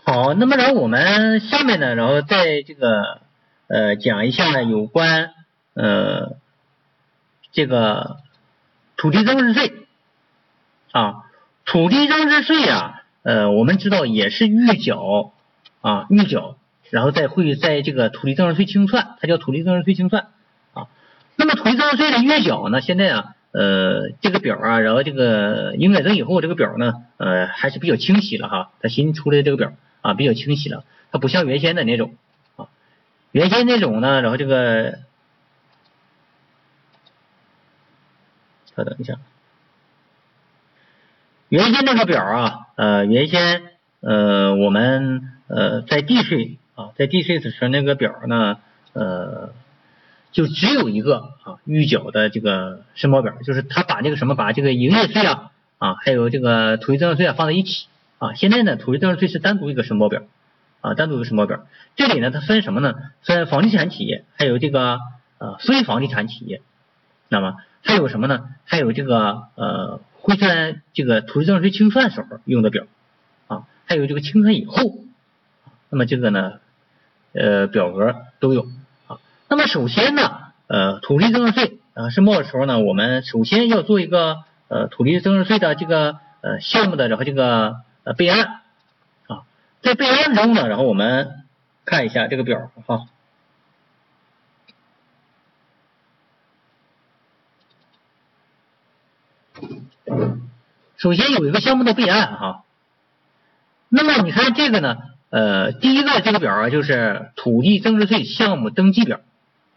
好，那么然后我们下面呢，然后在这个讲一下有关这个土地增值税啊，土地增值税啊，我们知道也是预缴，然后再会在这个土地增值税清算，它叫土地增值税清算啊。那么土地增值税的预缴呢，现在啊，这个表啊，然后这个营改增以后这个表呢，还是比较清晰了哈，它新出来的这个表啊比较清晰了，它不像原先的那种啊，原先那种呢，然后这个，稍等一下。原先这个表啊，原先我们在地税的时候那个表呢，就只有一个预缴的这个申报表，就是他把这个把这个营业税还有这个土地增值税放在一起啊。现在呢，土地增值税是单独一个申报表单独一个申报表。这里呢，它分什么呢？分房地产企业，还有这个非房地产企业。那么还有什么呢？还有这个汇算这个土地增值税清算时候用的表还有这个清算以后，那么这个呢表格都有那么首先呢土地增值税申报的时候呢，我们首先要做一个土地增值税的这个项目的然后这个备案在备案中呢，然后我们看一下这个表首先有一个项目的备案那么你看这个呢第一个这个表就是土地增值税项目登记表。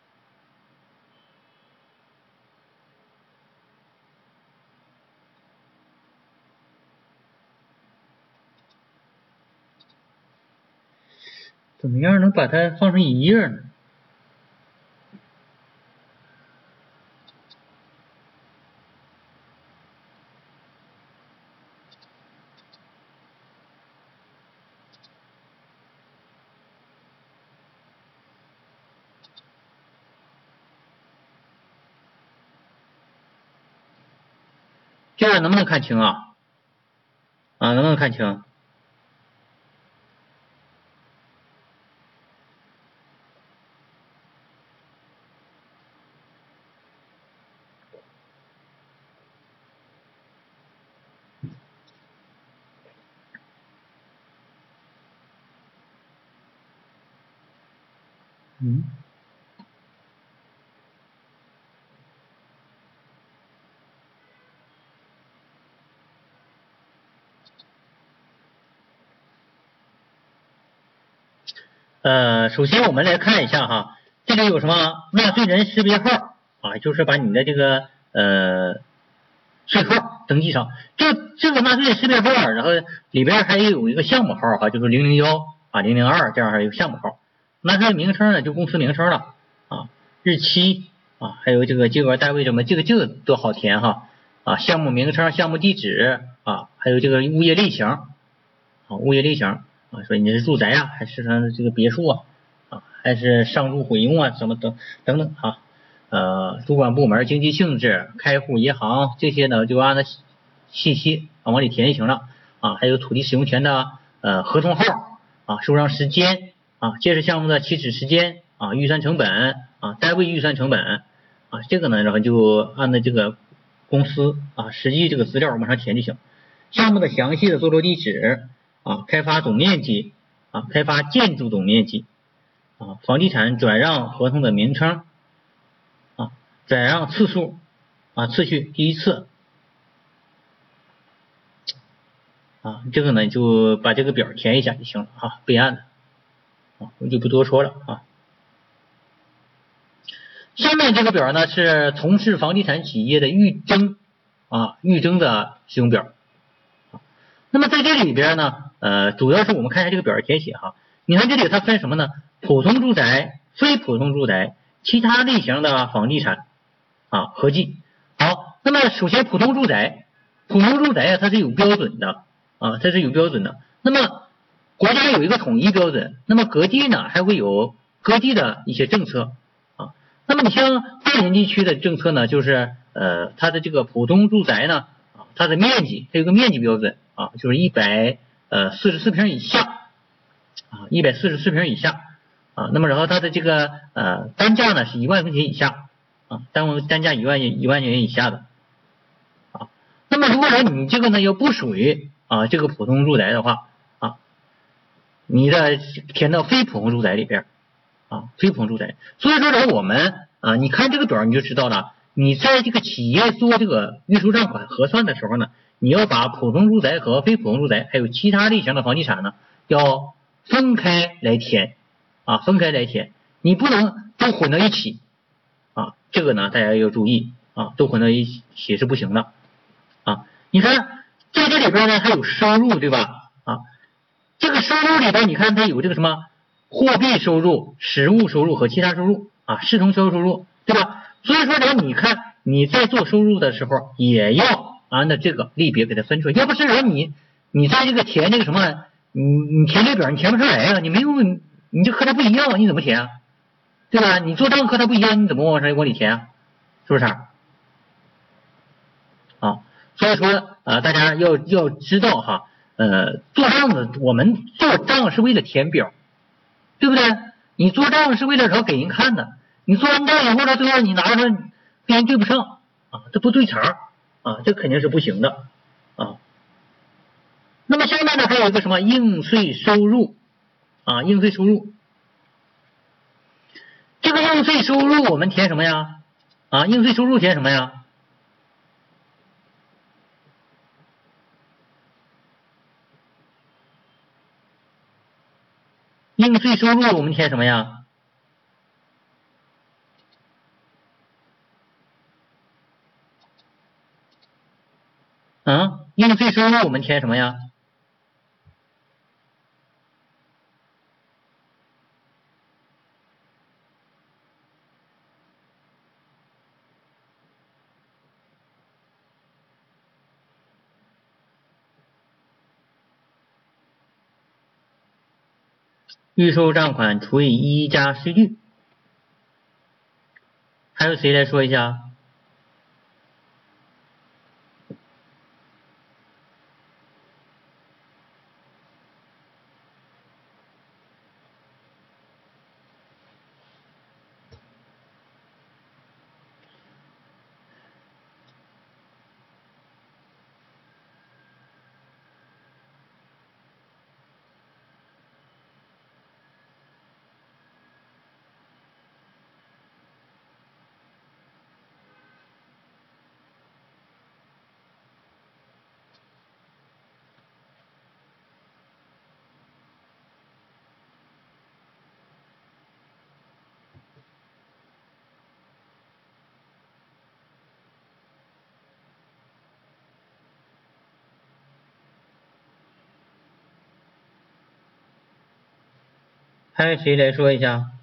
怎么样能把它放成一页呢？这样能不能看清能不能看清？首先我们来看一下这里有什么纳税人识别号就是把你的这个税号登记上。这个纳税人识别号，然后里边还有一个项目号就是001、002这样还有项目号。纳税人名称呢就公司名称了日期还有这个结额单位什么，这个都好填项目名称、项目地址还有这个物业类型说你是住宅还是这个别墅还是上述混用什么等等主管部门、经济性质、开户银行这些呢就按照信息往里填就行了还有土地使用权的合同号收账时间建设项目的起始时间预算成本单位预算成本这个呢然后就按照这个公司实际这个资料往上填就行。项目的详细的坐落地址开发总面积开发建筑总面积房地产转让合同的名称转让次数次序第一次这个呢就把这个表填一下就行了备案的我就不多说了下面这个表呢是从事房地产企业的预征的使用表那么在这里边呢主要是我们看一下这个表的填写你看这里它分什么呢？普通住宅、非普通住宅、其他类型的房地产合计。好，那么首先普通住宅它是有标准的那么国家有一个统一标准，那么各地呢还会有各地的一些政策那么你像大连地区的政策呢，就是它的这个普通住宅呢它的面积它有个面积标准就是144平以下啊，144平以下啊，那么然后它的这个单价呢是1万块钱以下啊，单价1万元以下的啊。那么如果说你这个呢又不属于啊这个普通住宅的话啊，你的填到非普通住宅里边啊，非普通住宅。所以说呢，我们啊，你看这个表你就知道了，你在这个企业做这个预收账款核算的时候呢，你要把普通住宅和非普通住宅还有其他类型的房地产呢，要分开来填啊，分开来填，你不能都混到一起啊，这个呢大家要注意啊，都混到一起是不行的啊。你看在这里边呢，还有收入对吧？啊，这个收入里边你看它有这个什么货币收入、实物收入和其他收入啊，视同销售收入对吧？所以说呢，你看你在做收入的时候也要按照这个类别给它分出来，要不是说你在这个填这个什么，你填这表你填不出来呀，你没有你这和它不一样，你怎么填啊？对吧？你做账和它不一样，你怎么往里填啊？是不是啊？所以说大家要知道哈，做账的我们做账是为了填表，对不对？你做账是为了给人看的，你做完账以后呢，最后你拿着跟人对不上啊，这不对茬啊，这肯定是不行的啊。那么下面呢还有一个什么应税收入啊，应税收入，这个应税收入我们填什么呀？啊，应税收入填什么呀？应税收入我们填什么呀？应税收入我们填什么呀？预收账款除以1加税率。还有谁来说一下？还有谁来说一下？